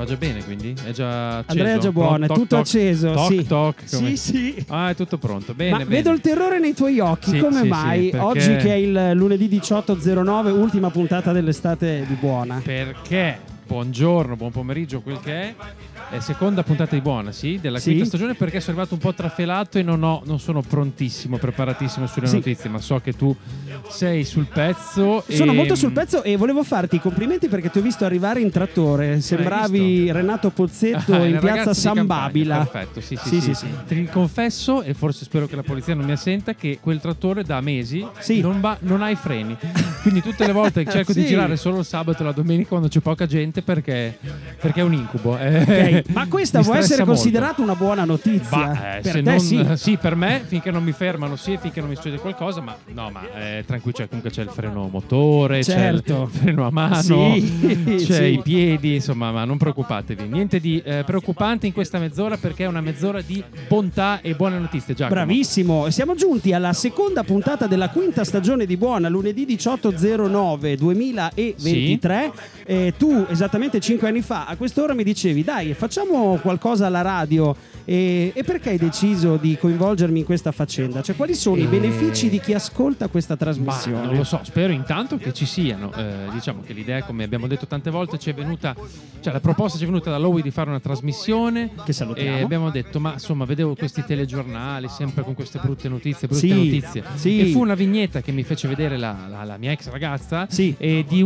già bene, quindi? È già acceso? Andrea già buono, è tutto acceso. Toc, sì. toc, Sì. Ah, è tutto pronto. Bene, Ma bene. vedo il terrore nei tuoi occhi. Sì, Come sì, mai? sì, perché... Oggi che è il lunedì 18.09, ultima puntata dell'estate di Buona. Perché? Buongiorno, buon pomeriggio, quel che è. Seconda puntata di Buona, sì, della quinta stagione, perché sono arrivato un po' trafelato e non sono prontissimo, preparatissimo sulle notizie, ma so che tu sei sul pezzo. Sono molto sul pezzo e volevo farti i complimenti perché ti ho visto arrivare in trattore. Sembravi Renato Pozzetto in piazza San Babila. Perfetto, sì. Ti confesso, e forse spero che la polizia non mi assenta, che quel trattore da mesi non ha i freni. Quindi tutte le volte cerco di girare solo il sabato e la domenica quando c'è poca gente perché è un incubo. Okay. Ma questa può essere considerata una buona notizia? Per te sì, per me, finché non mi fermano, sì, finché non mi succede qualcosa, ma tranquillo, comunque c'è il freno motore, c'è il freno a mano, c'è i piedi, insomma, ma non preoccupatevi. Niente di preoccupante in questa mezz'ora, perché è una mezz'ora di bontà e buone notizie. Giacomo. Bravissimo, siamo giunti alla seconda puntata della quinta stagione di Buona, lunedì 18.09.2023. Tu, esattamente 5 anni fa, a quest'ora mi dicevi, dai, facciamo qualcosa alla radio. E perché hai deciso di coinvolgermi in questa faccenda? Cioè, quali sono i benefici di chi ascolta questa trasmissione? Non lo so, spero intanto che ci siano. Diciamo che l'idea, come abbiamo detto tante volte, la proposta ci è venuta da Lowy di fare una trasmissione. Che salutiamo. E abbiamo detto, ma insomma, vedevo questi telegiornali sempre con queste brutte notizie. Sì. E fu una vignetta che mi fece vedere la mia ex ragazza, e di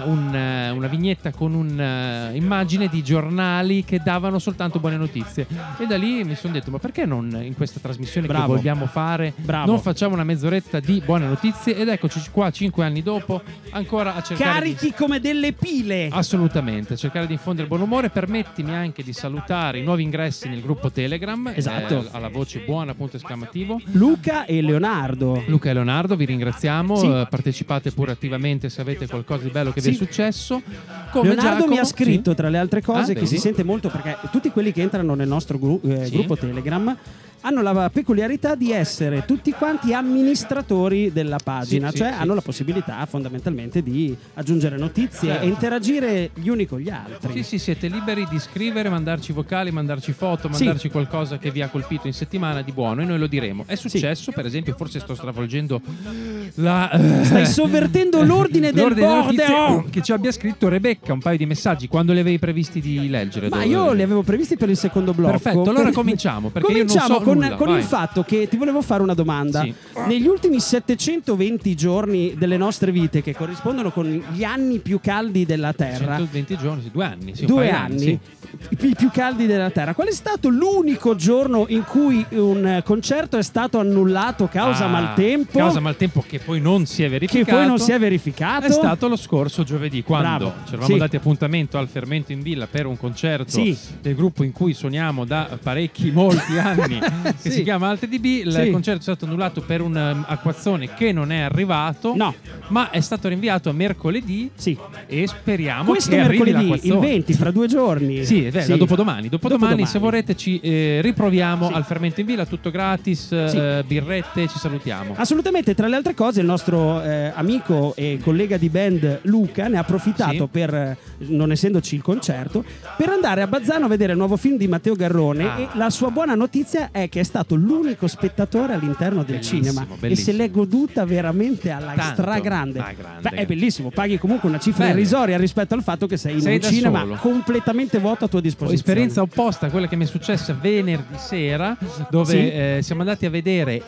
una vignetta con un'immagine di giornali che davano soltanto buone notizie. E da lì mi sono detto, ma perché non in questa trasmissione che vogliamo fare non facciamo una mezz'oretta di buone notizie? Ed eccoci qua 5 anni dopo ancora a cercare carichi come delle pile. Assolutamente, cercare di infondere buon umore. Permettimi anche di salutare i nuovi ingressi nel gruppo Telegram, alla voce buona punto esclamativo, Luca e Leonardo, vi ringraziamo. Partecipate pure attivamente se avete qualcosa di bello che vi è successo. Come Leonardo Giacomo, mi ha scritto tra le altre cose che vedi? si sente molto, perché tutti quelli che entrano nel nostro gruppo Telegram hanno la peculiarità di essere tutti quanti amministratori della pagina, hanno la possibilità fondamentalmente di aggiungere notizie e interagire gli uni con gli altri. Sì, siete liberi di scrivere, mandarci vocali, mandarci foto, mandarci qualcosa che vi ha colpito in settimana di buono e noi lo diremo. È successo, per esempio, forse sto stravolgendo stai sovvertendo l'ordine del bordo, che ci abbia scritto Rebecca un paio di messaggi. Quando li avevi previsti di leggere? Ma io li avevo previsti per il secondo blocco. Perfetto, allora cominciamo, perché io non so con il fatto che ti volevo fare una domanda. Negli ultimi 720 giorni delle nostre vite, che corrispondono con gli anni più caldi della Terra, 120 giorni, 2 anni, due anni i più caldi della Terra, qual è stato l'unico giorno in cui un concerto è stato annullato causa maltempo? Causa maltempo che poi non si è verificato. È stato lo scorso giovedì, quando ci eravamo dati appuntamento al Fermento in Villa per un concerto del gruppo in cui suoniamo da molti anni, che si chiama Alte DB. Il concerto è stato annullato per un acquazzone che non è arrivato, ma è stato rinviato a mercoledì, e speriamo che arrivi l'acquazzone. Il 20, fra 2 giorni. Dopodomani, se vorrete ci riproviamo al Fermento in Villa, tutto gratis, birrette, ci salutiamo. Assolutamente. Tra le altre cose il nostro amico e collega di band Luca ne ha approfittato per, non essendoci il concerto, per andare a Bazzano a vedere il nuovo film di Matteo Garrone, e la sua buona notizia è che è stato l'unico spettatore all'interno del cinema e se l'è goduta veramente alla stragrande. È bellissimo, paghi comunque una cifra irrisoria rispetto al fatto che sei in un cinema completamente vuoto a tua disposizione. Esperienza opposta a quella che mi è successa venerdì sera, dove siamo andati a vedere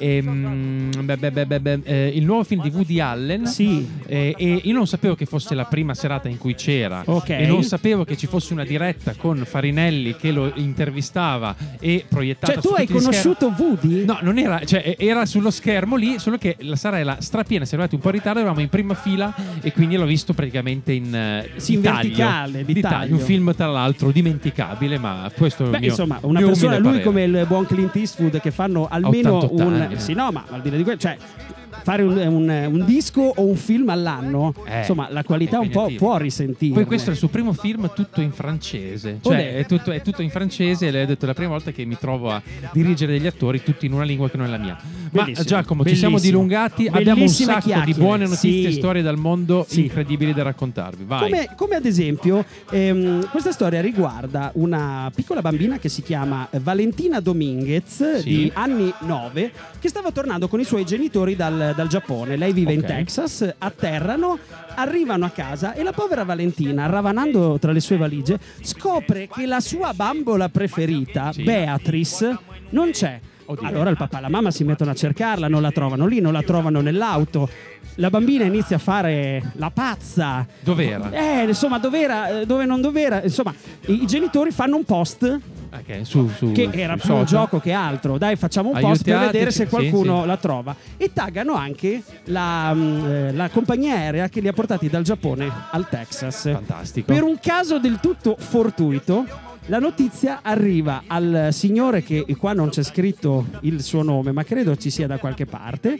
il nuovo film di Woody Allen, e io non sapevo che fosse la prima serata in cui c'era, e non sapevo che ci fosse una diretta con Farinelli che lo intervistava e proiettata. Cioè tu hai conosciuto Woody? No, non era, era sullo schermo lì, solo che la sala era strapiena, siamo arrivati un po' in ritardo, eravamo in prima fila e quindi l'ho visto praticamente in verticale, di taglio. Un film tra l'altro dimenticabile, ma questo è il mio, insomma, una persona, lui come il buon Clint Eastwood, che fanno almeno ma al di là di quello, fare un disco o un film all'anno, insomma la qualità un po' può risentire. Poi questo è il suo primo film tutto in francese, è tutto in francese, e le ho detto, è la prima volta che mi trovo a dirigere degli attori tutti in una lingua che non è la mia. Ma Giacomo, ci siamo dilungati, abbiamo un sacco di buone notizie e storie dal mondo incredibili da raccontarvi. Vai. Come ad esempio, questa storia riguarda una piccola bambina che si chiama Valentina Dominguez, di anni 9, che stava tornando con i suoi genitori dal Giappone. Lei vive in Texas, atterrano, arrivano a casa e la povera Valentina, ravanando tra le sue valigie, scopre che la sua bambola preferita, Beatrice, non c'è. Oddio. Allora il papà e la mamma si mettono a cercarla, non la trovano lì, non la trovano nell'auto. La bambina inizia a fare la pazza. Dov'era? Insomma, dov'era, dove non dov'era. Insomma, i genitori fanno un post. Che era più un gioco che altro. Dai, facciamo un post per vedere se qualcuno la trova. E taggano anche la compagnia aerea che li ha portati dal Giappone al Texas. Fantastico. Per un caso del tutto fortuito, la notizia arriva al signore che qua non c'è scritto il suo nome, ma credo ci sia da qualche parte.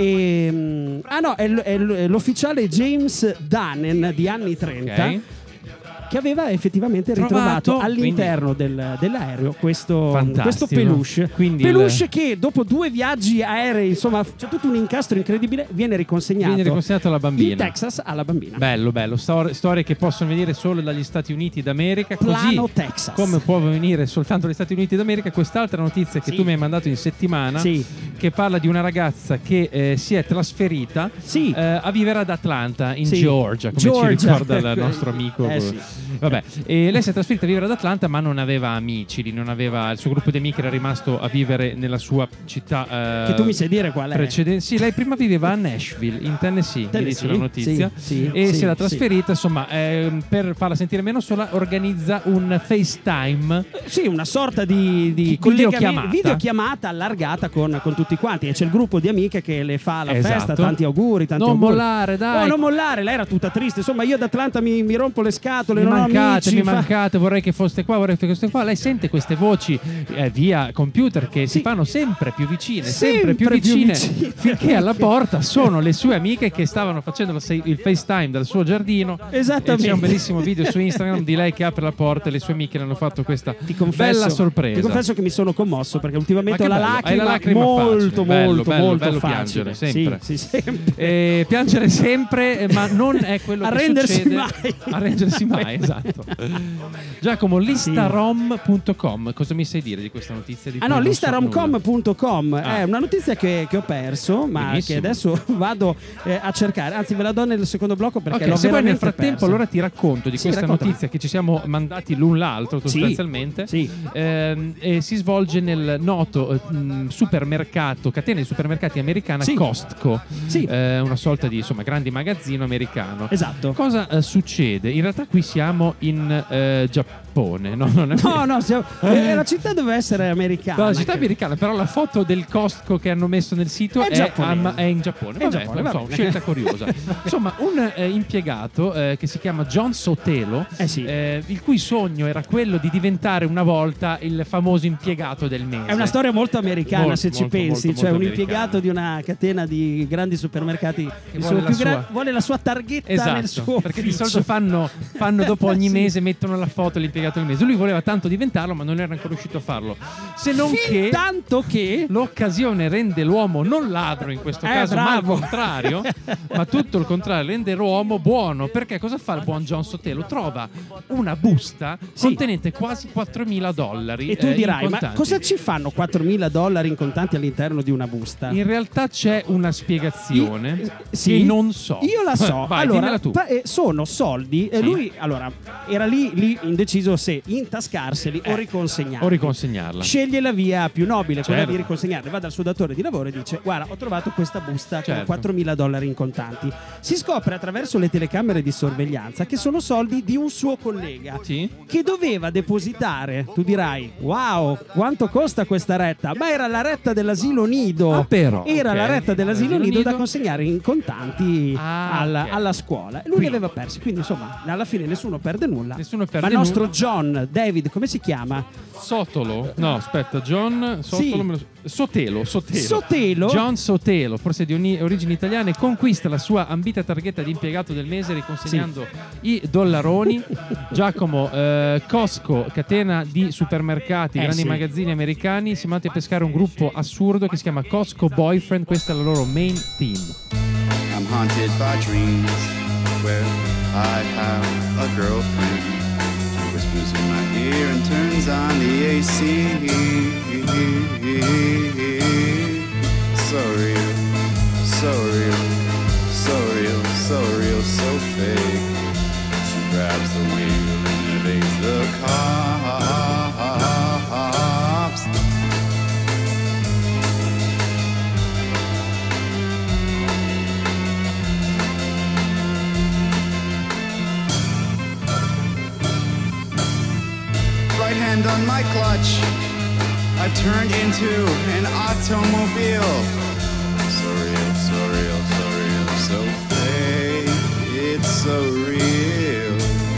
È l'ufficiale James Dannen, di anni 30. Che aveva effettivamente ritrovato all'interno dell'aereo questo peluche. Peluche che dopo 2 viaggi aerei, insomma, c'è tutto un incastro incredibile, viene riconsegnato alla bambina. In Texas alla bambina. Bello. Storie che possono venire solo dagli Stati Uniti d'America. Plano così Texas. Come può venire soltanto dagli Stati Uniti d'America. Quest'altra notizia che tu mi hai mandato in settimana, che parla di una ragazza che si è trasferita a vivere ad Atlanta, in Georgia, come ci ricorda il nostro amico. Vabbè, e lei si è trasferita a vivere ad Atlanta, ma non aveva amici, il suo gruppo di amici era rimasto a vivere nella sua città. Che tu mi sai dire qual è? Sì, lei prima viveva a Nashville, in Tennessee, mi dice la notizia. Si era trasferita, insomma, per farla sentire meno sola, organizza un FaceTime. Sì, una sorta di videochiamata allargata con tutti quanti. E c'è il gruppo di amiche che le fa la festa, tanti auguri, non mollare, dai. Non mollare, lei era tutta triste. Insomma, io ad Atlanta mi rompo le scatole, non ho amici. Mi mancate, vorrei che foste qua, Lei sente queste voci via computer che si fanno sempre più vicine, finché alla porta sono le sue amiche che stavano facendo il FaceTime dal suo giardino. Esattamente. C'è un bellissimo video su Instagram di lei che apre la porta e le sue amiche le hanno fatto questa bella sorpresa. Ti confesso che mi sono commosso perché ultimamente ho la lacrima molto bello facile. Piangere sempre. Sempre. Piangere sempre, ma non è quello che succede. Arrendersi mai, esatto. Giacomo, listarom.com, cosa mi sai dire di questa notizia? Listaromcom.com è una notizia che ho perso, ma che adesso vado a cercare. Anzi, ve la do nel secondo blocco perché l'ho se vuoi nel frattempo persa. Allora ti racconto di questa notizia che ci siamo mandati l'un l'altro sostanzialmente. E si svolge nel noto supermercato, catena di supermercati americana Costco. Una sorta di grande magazzino americano. Esatto. Cosa succede? In realtà qui siamo in Giappone, no? La città deve essere americana. La città americana, però la foto del Costco che hanno messo nel sito è in Giappone. Scelta curiosa. Insomma, un impiegato che si chiama John Sotelo, il cui sogno era quello di diventare una volta il famoso impiegato del mese. È una storia molto americana, se ci pensi. Cioè, un impiegato di una catena di grandi supermercati vuole la sua targhetta nel suo ufficio. Perché di solito fanno dopo ogni mese, mettono la foto dell'impiegato del mese. Lui voleva tanto diventarlo, ma non era ancora riuscito a farlo. Se non che tanto che l'occasione rende l'uomo non ladro in questo caso, ma al contrario, ma tutto il contrario, rende l'uomo buono. Perché cosa fa il buon John Sotelo? Trova una busta contenente quasi $4.000. E tu dirai, ma cosa ci fanno $4.000 in contanti all'interno di una busta? In realtà c'è una spiegazione che non so. Io la so. Vai, allora, tu. Sono soldi. Lui era lì indeciso se intascarseli o riconsegnarla. Sceglie la via più nobile, quella di riconsegnarla. Va dal suo datore di lavoro e dice: guarda, ho trovato questa busta con $4.000 in contanti. Si scopre attraverso le telecamere di sorveglianza che sono soldi di un suo collega che doveva depositare. Tu dirai: wow, quanto costa questa retta? Ma era la retta dell'asilo nido. Era la retta dell'asilo nido da consegnare in contanti alla scuola. Lui li aveva persi, quindi insomma alla fine nessuno nessuno perde nulla. Ma il nostro John David, come si chiama? Sotelo? No, aspetta, John Sotelo. Sotelo? John Sotelo, forse di origini italiane, conquista la sua ambita targhetta di impiegato del mese riconsegnando i dollaroni. Giacomo, Costco, catena di supermercati, grandi magazzini americani, si mette a pescare un gruppo assurdo che si chiama Costco Boyfriend. Questa è la loro main theme. I'm haunted by dreams where I have a girlfriend. She whispers in my ear and turns on the AC. So real, so real, so real, so real, so fake. She grabs the wheel and evades the cops. Right hand on my clutch, I've turned into an automobile. So real, so real, so real, so fake. It's so real.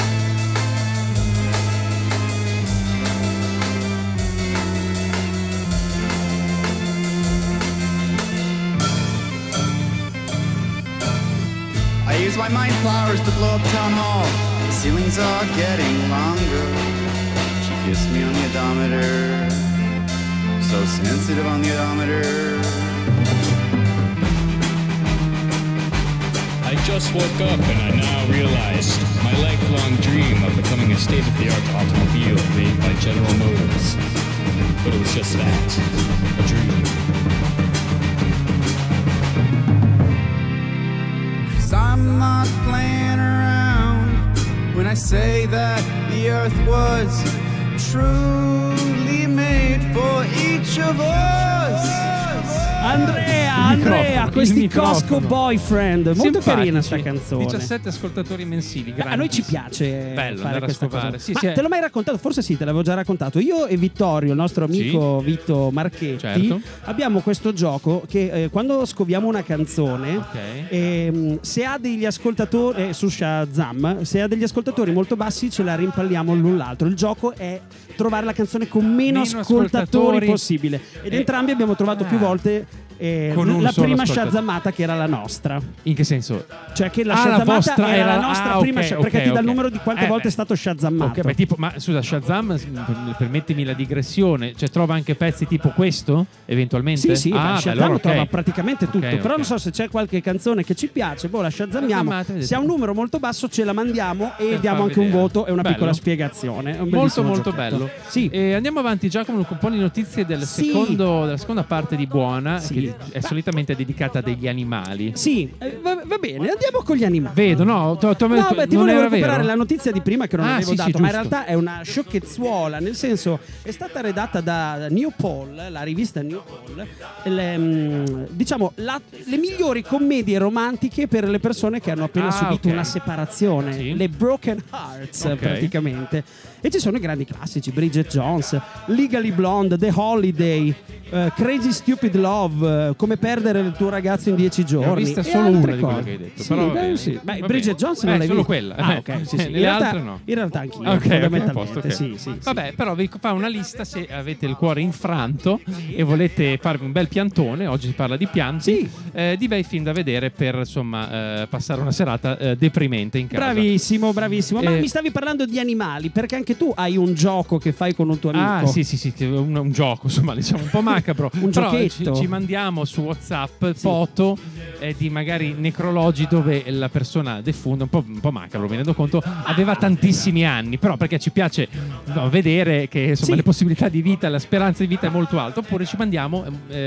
I use my mind flowers to blow up town hall. The ceilings are getting longer. Kiss me on the odometer, so sensitive on the odometer. I just woke up and I now realize my lifelong dream of becoming a state-of-the-art automobile made by General Motors. But it was just that, a dream. 'Cause I'm not playing around when I say that the earth was truly made for each of us. Andrea, questi Costco Boyfriend, molto carina sta canzone. 17 ascoltatori mensili. A noi ci piace fare questa cosa. Sì, te l'ho mai raccontato? Forse sì, te l'avevo già raccontato. Io e Vittorio, il nostro amico Vito Marchetti, abbiamo questo gioco che quando scoviamo una canzone, se ha degli ascoltatori su Shazam, se ha degli ascoltatori molto bassi, ce la rimpalliamo l'un l'altro. Il gioco è trovare la canzone con meno ascoltatori possibile. Ed entrambi abbiamo trovato più volte la prima shazammata che era la nostra. In che senso? Cioè che la shazammata era la nostra prima, perché ti dà il numero di quante volte è stato shazammato. Ma scusa, Shazam, permettimi la digressione, cioè trova anche pezzi tipo questo eventualmente? Sì, Shazam trova praticamente tutto, però non so se c'è qualche canzone che ci piace, la shazammiamo, se ha un numero molto basso ce la mandiamo e diamo anche un voto e una piccola spiegazione. Molto molto bello. Sì. Andiamo avanti, Giacomo, con un po' di notizie della seconda parte di Buona, che è solitamente dedicata a degli animali. Sì, va bene, andiamo con gli animali. Vedo, ti volevo recuperare la notizia di prima che non avevo dato, ma in realtà è una sciocchezzuola, nel senso è stata redatta da New Paul, la rivista New Paul, le migliori commedie romantiche per le persone che hanno appena subito una separazione, le broken hearts praticamente. E ci sono i grandi classici, Bridget Jones, Legally Blonde, The Holiday, Crazy Stupid Love, Come perdere il tuo ragazzo in 10 giorni. Ho vista solo una di quelle che hai detto. Bridget Jones non l'hai solo vista? Quella. Le altre no. In realtà anch'io, fondamentalmente. Sì. Vabbè, però vi fa una lista se avete il cuore infranto e volete farvi un bel piantone, oggi si parla di pianti, di bei film da vedere per passare una serata deprimente in casa. Bravissimo. Ma mi stavi parlando di animali, perché anche tu hai un gioco che fai con un tuo amico. Sì, un gioco, insomma, diciamo un po' macabro. Un giochetto. Ci mandiamo su WhatsApp foto di magari necrologi dove la persona defunta, un po' macabro, mi rendo conto, aveva tantissimi anni, però perché ci piace vedere che le possibilità di vita, la speranza di vita è molto alta. Oppure ci mandiamo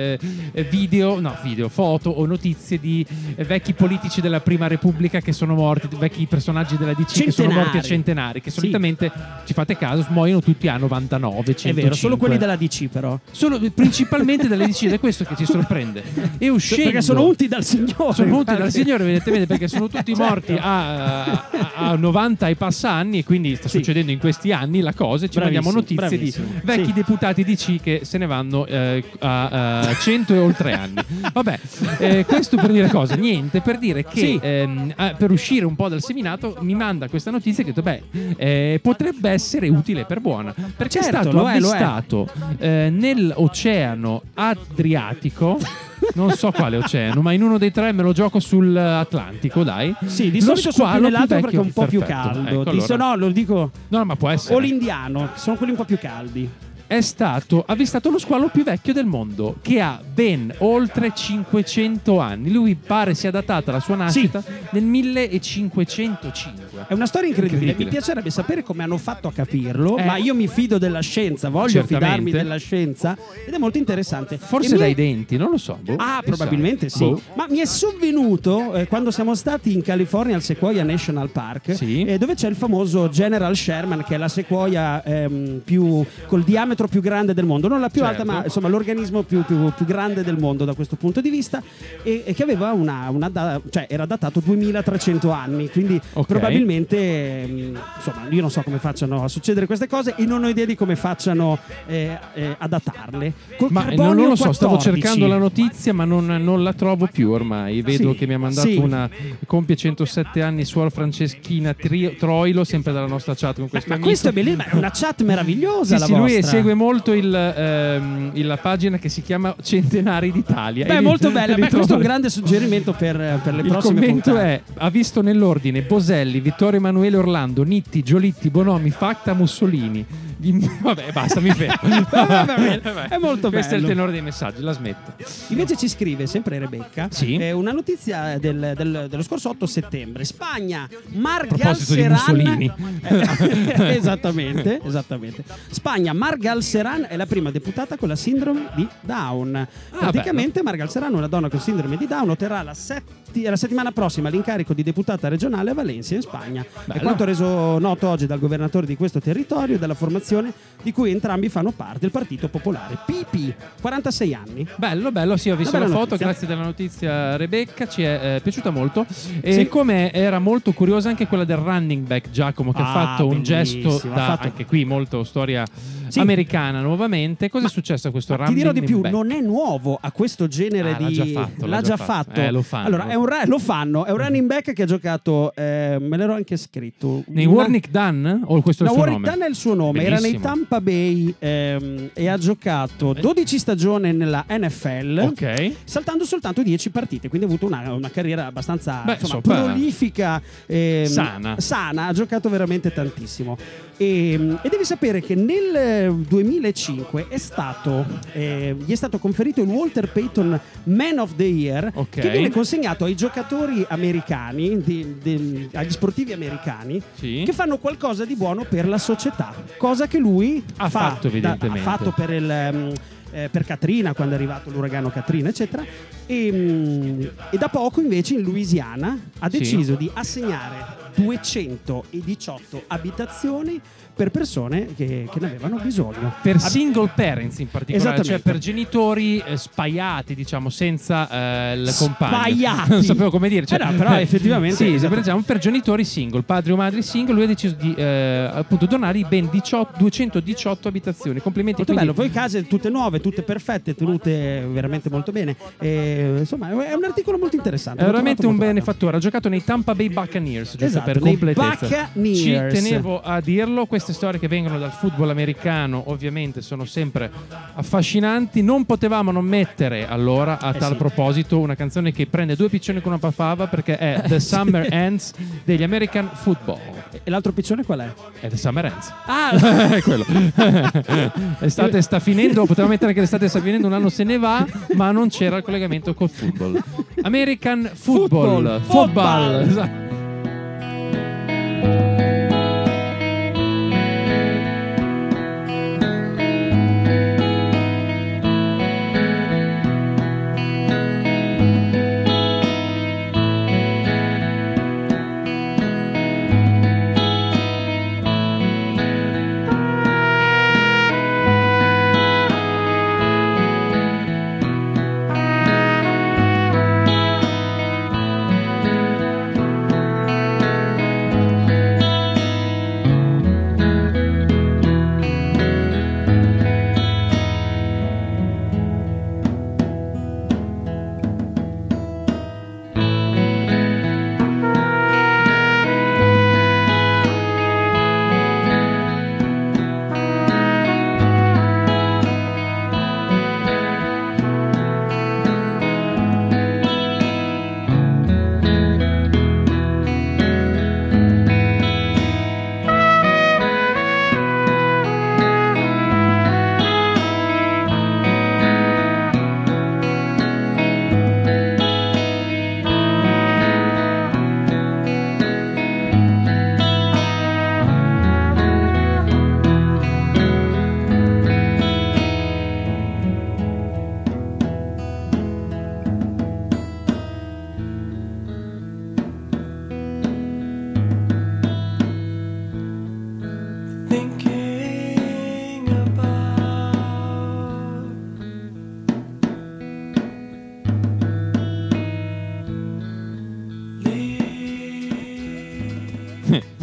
foto o notizie di vecchi politici della Prima Repubblica che sono morti, vecchi personaggi della DC che sono morti a centenari, che solitamente, ci fate caso, muoiono tutti a 99, 105. È vero, solo quelli della DC però. Principalmente della DC, ed è questo che ci sorprende. E uscendo, perché sono unti dal Signore signore. Sono venuti dal Signore, evidentemente, perché sono tutti morti a 90 e passa anni, e quindi sta succedendo in questi anni la cosa. Ci mandiamo notizie di vecchi deputati di C che se ne vanno a 100 e oltre anni. Vabbè, questo per dire cosa? Niente, per dire che per uscire un po' dal seminato mi manda questa notizia che potrebbe essere utile per buona, perché è stato avvistato nell'oceano Adriatico. Non so quale oceano, ma in uno dei tre me lo gioco sull'Atlantico, dai. Sì, di solito sono più nell'altro perché è un po' più caldo. Ecco, allora. No, lo dico. No, ma può essere. O l'Indiano, sono quelli un po' più caldi. È stato avvistato lo squalo più vecchio del mondo, che ha ben oltre 500 anni. Lui pare sia datata la sua nascita nel 1505. È una storia incredibile. Mi piacerebbe sapere come hanno fatto a capirlo, ma io mi fido della scienza, voglio fidarmi della scienza, ed è molto interessante. Forse dai denti, non lo so. Probabilmente sì. Ma mi è sovvenuto quando siamo stati in California al Sequoia National Park, dove c'è il famoso General Sherman, che è la sequoia col diametro più grande del mondo, non la più alta, ma insomma l'organismo più grande del mondo da questo punto di vista, e che aveva cioè era datato 2300 anni, quindi probabilmente insomma io non so come facciano a succedere queste cose e non ho idea di come facciano a datarle. Non lo so, stavo cercando la notizia ma non la trovo più ormai. Vedo che mi ha mandato una compie 107 anni Suor Franceschina Troilo, sempre dalla nostra chat con questo amico. Questo è bellissimo, è una chat meravigliosa. Lui segue molto la pagina che si chiama Centenari d'Italia. Molto bella. Questo è un grande suggerimento per le prossime puntate. Il commento ha visto nell'ordine Boselli, Vittorio Emanuele Orlando, Nitti, Giolitti, Bonomi, Facta, Mussolini. Vabbè, basta, mi fermo. È molto bello. Questo è il tenore dei messaggi, la smetto. Invece ci scrive sempre Rebecca una notizia dello scorso 8 settembre. Spagna, Margal Seran. Esattamente. Spagna, Margal Seran è la prima deputata con la sindrome di Down. Praticamente Margal Seran, una donna con sindrome di Down, otterrà la settimana prossima l'incarico di deputata regionale a Valencia in Spagna. È quanto reso noto oggi dal governatore di questo territorio e dalla formazione di cui entrambi fanno parte, il Partito Popolare. PP, 46 anni. Bello, sì, ho visto la foto, notizia. Grazie della notizia Rebecca, ci è piaciuta molto. E come era molto curiosa anche quella del running back Giacomo, che ha fatto un gesto anche qui molto storia americana nuovamente. Cosa è successo a questo running back? Ti dirò di più, non è nuovo a questo genere di... L'ha già fatto. Lo fanno. Allora, è un running back che ha giocato, me l'ero anche scritto. Nei Warwick Dunn? O questo è il suo nome? Warwick Dunn è il suo nome. Bellissimo. Era nei Tampa Bay e ha giocato 12 stagioni nella NFL, saltando soltanto 10 partite, quindi ha avuto una carriera abbastanza prolifica, sana, ha giocato veramente tantissimo. E devi sapere che nel 2005 gli è stato conferito il Walter Payton Man of the Year, che viene consegnato ai giocatori americani, agli sportivi americani, che fanno qualcosa di buono per la società, cosa che lui ha fatto evidentemente. Ha fatto per Katrina, quando è arrivato l'uragano Katrina, eccetera. E da poco invece in Louisiana ha deciso di assegnare 218 abitazioni per persone che ne avevano bisogno, per single parents in particolare, cioè per genitori spaiati, diciamo, senza il compagno. Spaiati, non sapevo come dire, però effettivamente per genitori single, padri o madri single. Lui ha deciso di appunto donare ben 218 abitazioni. Complimenti. Molto bello, poi case tutte nuove, tutte perfette, tenute veramente molto bene. Insomma, è un articolo molto interessante. È veramente un benefattore. Ha giocato nei Tampa Bay Buccaneers, giusto per completezza. Ci tenevo a dirlo. Queste storie che vengono dal football americano ovviamente sono sempre affascinanti. Non potevamo non mettere allora a tal proposito una canzone che prende due piccioni con una pafava, perché è The Summer Ends degli American Football. E l'altro piccione qual è? È The Summer Ends. È quello. L'estate sta finendo, potevamo mettere che l'estate sta finendo, un anno se ne va, ma non c'era il collegamento col football. American Football. Football.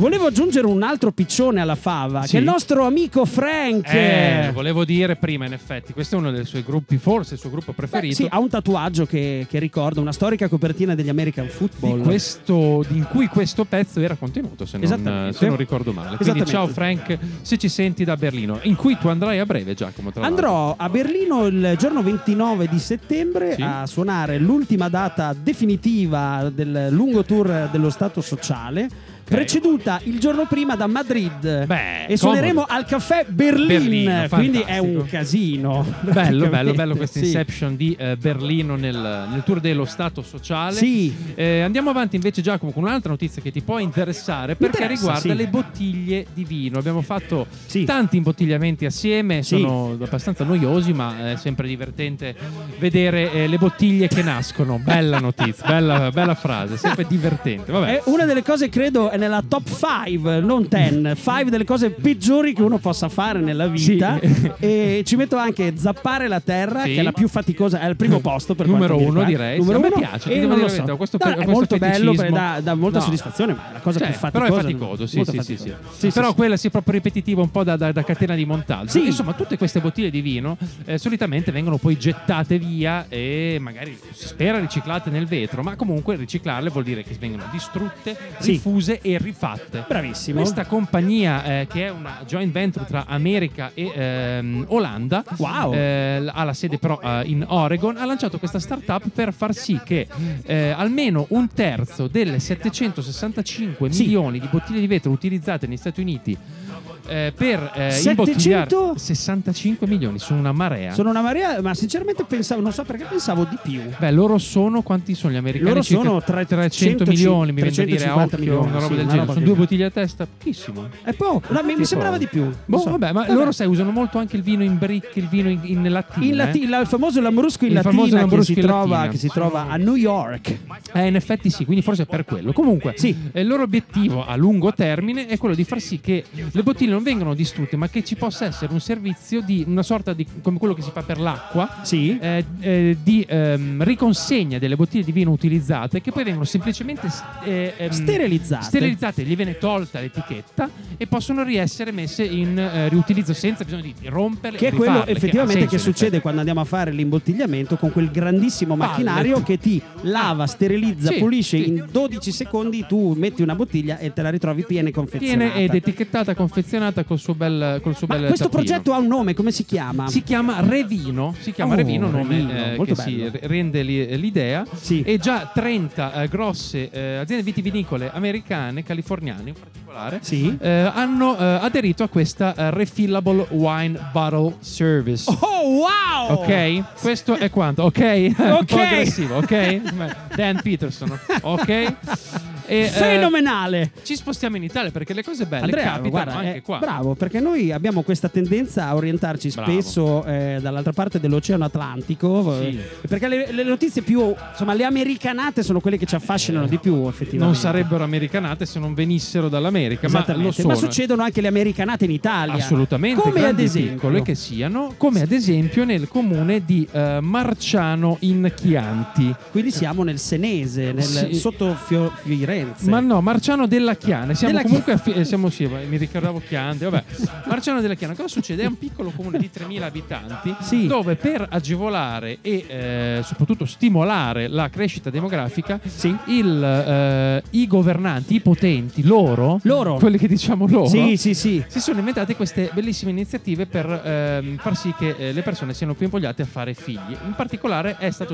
Volevo aggiungere un altro piccione alla fava, che è il nostro amico Frank. Volevo dire prima, in effetti, questo è uno dei suoi gruppi, forse il suo gruppo preferito. Sì, ha un tatuaggio che ricorda una storica copertina degli American Football. In cui questo pezzo era contenuto, se non ricordo male. Quindi ciao Frank, se ci senti da Berlino, in cui tu andrai a breve, Giacomo. Andrò a Berlino il giorno 29 di settembre a suonare l'ultima data definitiva del lungo tour dello Stato Sociale, preceduta il giorno prima da Madrid. E suoneremo al caffè Berlin, quindi è un casino. Bello questa Inception di Berlino nel tour dello Stato Sociale. Andiamo avanti invece, Giacomo, con un'altra notizia che ti può interessare, perché riguarda le bottiglie di vino. Abbiamo fatto tanti imbottigliamenti assieme, sono abbastanza noiosi, ma è sempre divertente vedere le bottiglie che nascono. Bella notizia, bella frase, sempre divertente. Vabbè. È una delle cose, credo, nella top 5, non 10, 5 delle cose peggiori che uno possa fare nella vita. E ci metto anche zappare la terra, che è la più faticosa, è al primo posto per numero uno, direi. A me piace, non lo so. È molto bello, dà molta soddisfazione, ma è la cosa più faticosa. Però è faticoso, sì. Però quella è proprio ripetitiva, un po' da catena di montaggio. Insomma, tutte queste bottiglie di vino solitamente vengono poi gettate via e magari si spera riciclate nel vetro, ma comunque riciclarle vuol dire che vengono distrutte, diffuse e rifatte. Bravissimo. Questa compagnia che è una joint venture tra America e Olanda, ha la sede però in Oregon, ha lanciato questa startup per far sì che almeno un terzo delle 765 milioni di bottiglie di vetro utilizzate negli Stati Uniti per imbottigliare 65 milioni, sono una marea, ma sinceramente non so perché pensavo di più. Loro sono, quanti sono gli americani? Loro sono 300 milioni, mi viene da dire, a occhio, milioni, una roba del genere. Sono 2 bottiglie a testa, pochissimo. È poco, mi sembrava di più. Loro usano molto anche il vino in brick, il vino in lattina. Il famoso Lambrusco in lattina che si trova a New York. In effetti sì, quindi forse è per quello. Comunque, il loro obiettivo a lungo termine è quello di far sì che le bottiglie non vengano distrutte, ma che ci possa essere un servizio di una sorta di, come quello che si fa per l'acqua, di riconsegna delle bottiglie di vino utilizzate, che poi vengono semplicemente sterilizzate, gli viene tolta l'etichetta e possono riessere messe in riutilizzo senza bisogno di romperle. Che è quello effettivamente che succede quando andiamo a fare l'imbottigliamento con quel grandissimo macchinario che ti lava, sterilizza, pulisce in 12 secondi. Tu metti una bottiglia e te la ritrovi piena e confezionata. Piena ed etichettata, confezionata col suo bel questo tappino. progetto ha un nome, come si chiama? Si chiama Revino, nome che si rende l'idea. E già 30 grosse aziende vitivinicole americane, californiane in particolare, hanno aderito a questa Refillable Wine Bottle Service. Oh wow! Ok, questo è quanto. Ok, un po' aggressivo. Ok, Dan Peterson. Ok. Fenomenale. Ci spostiamo in Italia perché le cose belle capitano anche qua. Bravo, perché noi abbiamo questa tendenza a orientarci spesso dall'altra parte dell'Oceano Atlantico, perché le notizie più, insomma, le americanate sono quelle che ci affascinano di più, effettivamente. Non sarebbero americanate se non venissero dall'America, ma lo sono. Ma succedono anche le americanate in Italia. Assolutamente, come ad esempio piccole che siano, come ad esempio nel comune di Marciano in Chianti. Quindi siamo nel Senese, sotto Firenze. Ma no, Marciano della Chiana. Siamo comunque mi ricordavo Chianti. Vabbè. Marciano della Chiana. Cosa succede? È un piccolo comune di 3.000 abitanti dove per agevolare e soprattutto stimolare la crescita demografica i governanti, i potenti, loro quelli che diciamo loro, si sono inventate queste bellissime iniziative per far sì che le persone siano più invogliate a fare figli. In particolare è stato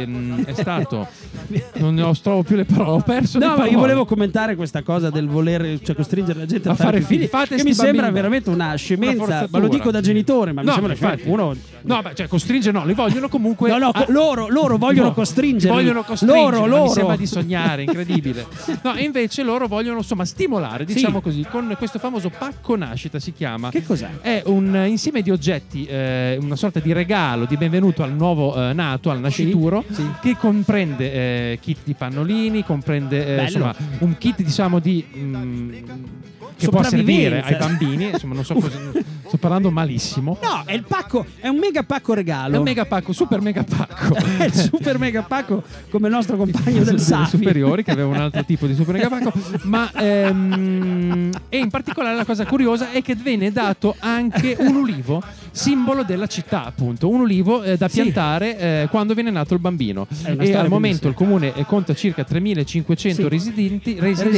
non ne trovo più le parole, ho perso le parole. Io volevo commentare questa cosa del voler, cioè, costringere la gente a fare figli, che mi sembra veramente una scemenza, ma lo dico da genitore, ma mi sembra infatti uno. No, cioè costringere no, li vogliono comunque. Loro vogliono costringere. Vogliono costringere, loro. Mi sembra di sognare, incredibile. No, e invece loro vogliono, insomma, stimolare, diciamo così, con questo famoso pacco nascita, si chiama. Che cos'è? È un insieme di oggetti, una sorta di regalo di benvenuto al nuovo nato, al nascituro, che comprende kit di pannolini, comprende insomma un kit, diciamo, di che può servire ai bambini, insomma, non so cosa Sto parlando malissimo. No, è il pacco, è un mega pacco regalo. È un mega pacco, super mega pacco. È il super mega pacco come il nostro compagno del Safi. Superiori, che aveva un altro tipo di super mega pacco. Ma e in particolare la cosa curiosa è che venne dato anche un ulivo, simbolo della città, appunto. Un ulivo da piantare quando viene nato il bambino. E al momento il comune conta circa 3.500 residenti,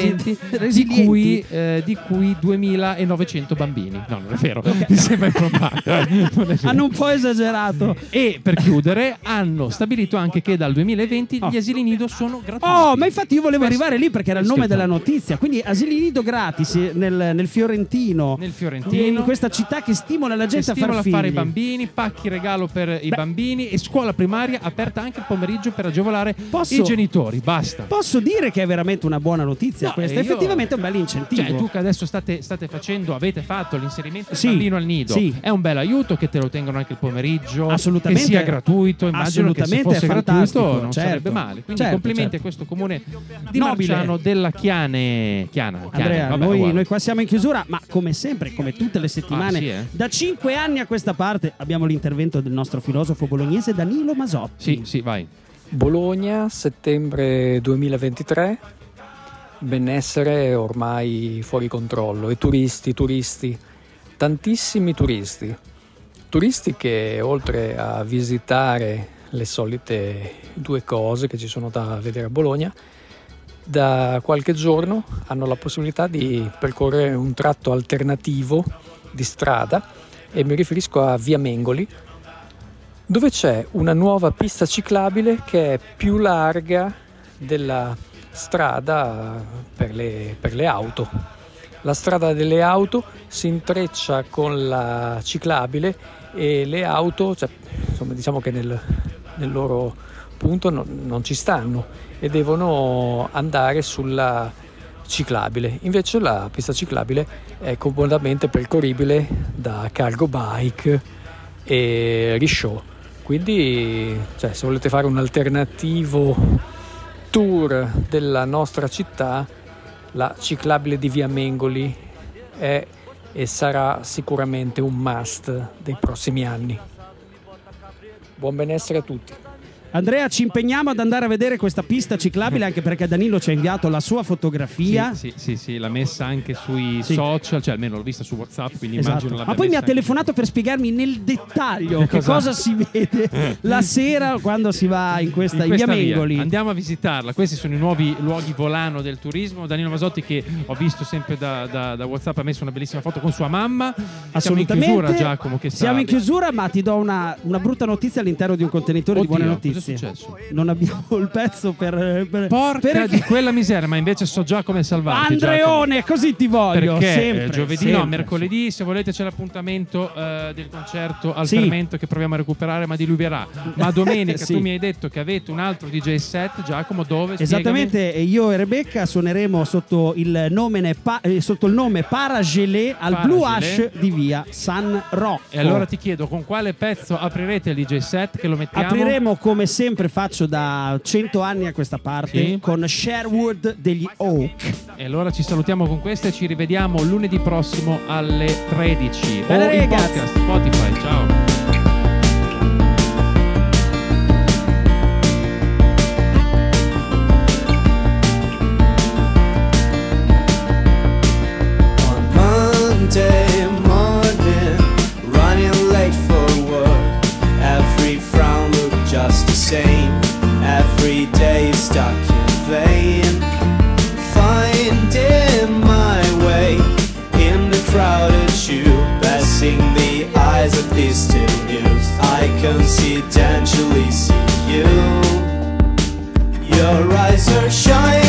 di cui 2.900 bambini. No, non è vero, mi sembra improbabile. Hanno un po' esagerato. E per chiudere, hanno stabilito anche che dal 2020 gli asili nido sono gratuiti. Oh, ma infatti io volevo arrivare lì perché era il nome della notizia. Quindi asili nido gratis nel Fiorentino. Nel Fiorentino. In questa città che stimola la gente a fare i bambini, pacchi regalo per i bambini e scuola primaria aperta anche il pomeriggio per agevolare i genitori. Basta. Posso dire che è veramente una buona notizia questa. Effettivamente è un bel incentivo. Cioè, tu che adesso avete fatto l'inserimento del bambino al nido, è un bel aiuto che te lo tengono anche il pomeriggio, assolutamente, che sia gratuito. Immagino che se fosse gratuito non sarebbe male. Quindi complimenti a questo comune di Marciano della Chiane. Andrea, vabbè, noi qua siamo in chiusura, ma come sempre, come tutte le settimane, da 5 anni a questa parte abbiamo l'intervento del nostro filosofo bolognese Danilo Masotti. Sì, vai. Bologna, settembre 2023. Benessere ormai fuori controllo e turisti, tantissimi turisti che oltre a visitare le solite 2 cose che ci sono da vedere a Bologna, da qualche giorno hanno la possibilità di percorrere un tratto alternativo di strada, e mi riferisco a Via Mengoli, dove c'è una nuova pista ciclabile che è più larga della strada per le auto. La strada delle auto si intreccia con la ciclabile e le auto, diciamo che nel loro punto non ci stanno e devono andare sulla ciclabile. Invece la pista ciclabile è comodamente percorribile da cargo bike e risciò. Quindi se volete fare un alternativo tour della nostra città, la ciclabile di Via Mengoli è e sarà sicuramente un must dei prossimi anni. Buon benessere a tutti. Andrea, ci impegniamo ad andare a vedere questa pista ciclabile, anche perché Danilo ci ha inviato la sua fotografia. Sì, l'ha messa anche sui social, cioè almeno l'ho vista su WhatsApp, quindi immagino l'abbia. Ma poi mi ha telefonato per spiegarmi nel dettaglio che cosa si vede la sera quando si va in questa Via Mengoli. Andiamo a visitarla. Questi sono i nuovi luoghi volano del turismo. Danilo Masotti, che ho visto sempre da WhatsApp, ha messo una bellissima foto con sua mamma. Assolutamente. Siamo in chiusura, Giacomo, che siamo in chiusura, ma ti do una brutta notizia all'interno di un contenitore di buone notizie. Non abbiamo il pezzo per porca di quella miseria, ma invece so già come salvarti. Andreone, Giacomo. Così ti voglio. Perché sempre, giovedì, sempre. no, mercoledì, se volete c'è l'appuntamento del concerto al Fermento che proviamo a recuperare, ma diluvierà. Ma domenica tu mi hai detto che avete un altro DJ set, Giacomo, dove? Esattamente, io e Rebecca suoneremo sotto il nome Paragelé al Blue Ash di Via San Rocco. E allora ti chiedo, con quale pezzo aprirete il DJ set, che lo mettiamo? Apriremo, come sempre faccio da 100 anni a questa parte, con Sherwood degli Oak. E allora ci salutiamo con questa e ci rivediamo lunedì prossimo alle 13. Bene, in podcast Spotify. Ciao. Every day is stuck in vain, finding my way in the crowded tube, passing the eyes of distant news. I confidentially see you. Your eyes are shining.